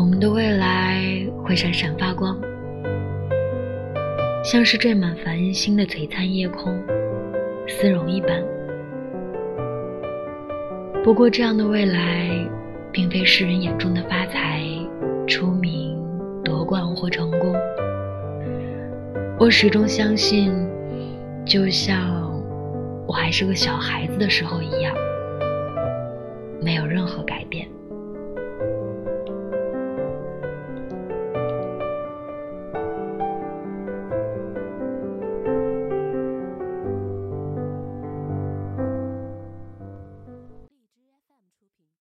们的未来会闪闪发光，像是缀满繁星的璀璨夜空，丝绒一般。不过这样的未来并非世人眼中的发财、出名、夺冠或成功。我始终相信，就像我还是个小孩子的时候一样，没有任何改变。